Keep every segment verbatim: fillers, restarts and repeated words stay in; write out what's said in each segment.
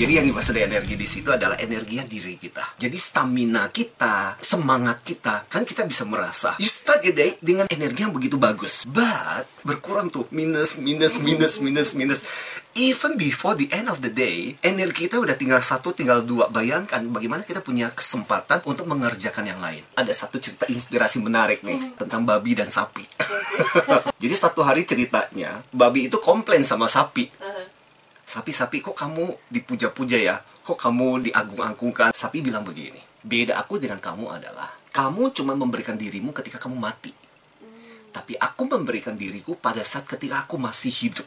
Jadi yang dimaksud energi di situ adalah energi yang diri kita. Jadi stamina kita, semangat kita, kan kita bisa merasa you start your day dengan energi yang begitu bagus, but berkurang tuh minus minus minus minus minus. Even before the end of the day, energi kita udah tinggal satu, tinggal dua. Bayangkan bagaimana kita punya kesempatan untuk mengerjakan yang lain. Ada satu cerita inspirasi menarik nih tentang babi dan sapi. Jadi satu hari ceritanya, babi itu komplain sama sapi. Sapi-sapi, kok kamu dipuja-puja ya? Kok kamu diagung-agungkan? Sapi bilang begini, beda aku dengan kamu adalah kamu cuma memberikan dirimu ketika kamu mati. Tapi aku memberikan diriku pada saat ketika aku masih hidup.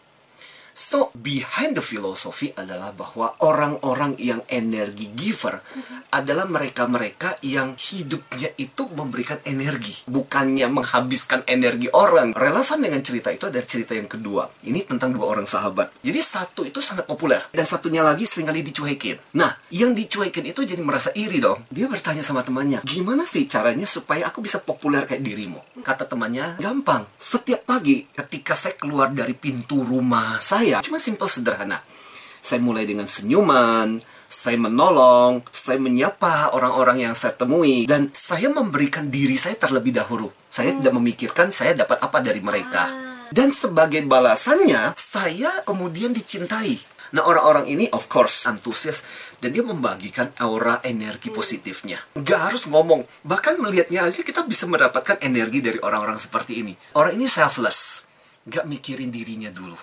So, behind the philosophy adalah bahwa orang-orang yang energi giver adalah mereka-mereka yang hidupnya itu memberikan energi, bukannya menghabiskan energi orang. Relevan dengan cerita itu ada cerita yang kedua. Ini tentang dua orang sahabat. Jadi satu itu sangat populer, dan satunya lagi seringkali dicuekin. Nah, yang dicuekin itu jadi merasa iri dong. Dia bertanya sama temannya, gimana sih caranya supaya aku bisa populer kayak dirimu? Kata temannya, gampang. Setiap pagi ketika saya keluar dari pintu rumah saya, cuma simpel sederhana. Saya mulai dengan senyuman, saya menolong, saya menyapa orang-orang yang saya temui, dan saya memberikan diri saya terlebih dahulu. Saya hmm. tidak memikirkan saya dapat apa dari mereka. Dan sebagai balasannya, saya kemudian dicintai. Nah, orang-orang ini of course antusias, dan dia membagikan aura energi positifnya. Nggak harus ngomong, bahkan melihatnya aja kita bisa mendapatkan energi dari orang-orang seperti ini. Orang ini selfless, nggak mikirin dirinya dulu.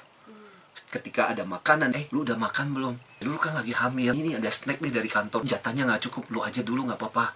Ketika ada makanan, eh lu udah makan belum? Lu kan lagi hamil, ini ada snack nih dari kantor, jatahnya nggak cukup, lu aja dulu nggak apa-apa.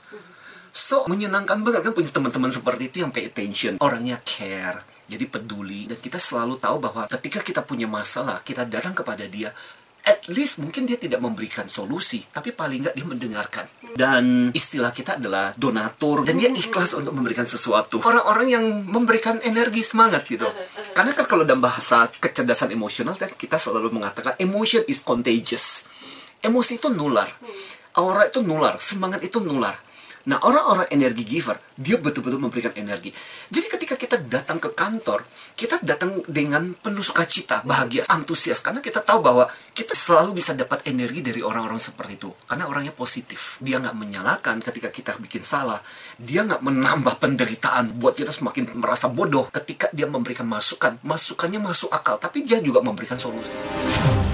So, menyenangkan banget kan punya teman-teman seperti itu yang pay attention. Orangnya care, jadi peduli. Dan kita selalu tahu bahwa ketika kita punya masalah, kita datang kepada dia, at least mungkin dia tidak memberikan solusi, tapi paling nggak dia mendengarkan. Dan istilah kita adalah donatur, dan dia ikhlas untuk memberikan sesuatu. Orang-orang yang memberikan energi, semangat gitu. Karena kan kalau dalam bahasa kecerdasan emosional, kan kita selalu mengatakan emotion is contagious. Emosi itu nular, aura itu nular, semangat itu nular. Nah, orang-orang energi giver, dia betul-betul memberikan energi. Jadi ketika kita datang ke kantor, kita datang dengan penuh sukacita, bahagia, antusias. Karena kita tahu bahwa kita selalu bisa dapat energi dari orang-orang seperti itu. Karena orangnya positif. Dia nggak menyalahkan ketika kita bikin salah. Dia nggak menambah penderitaan buat kita semakin merasa bodoh. Ketika dia memberikan masukan, masukannya masuk akal. Tapi dia juga memberikan solusi.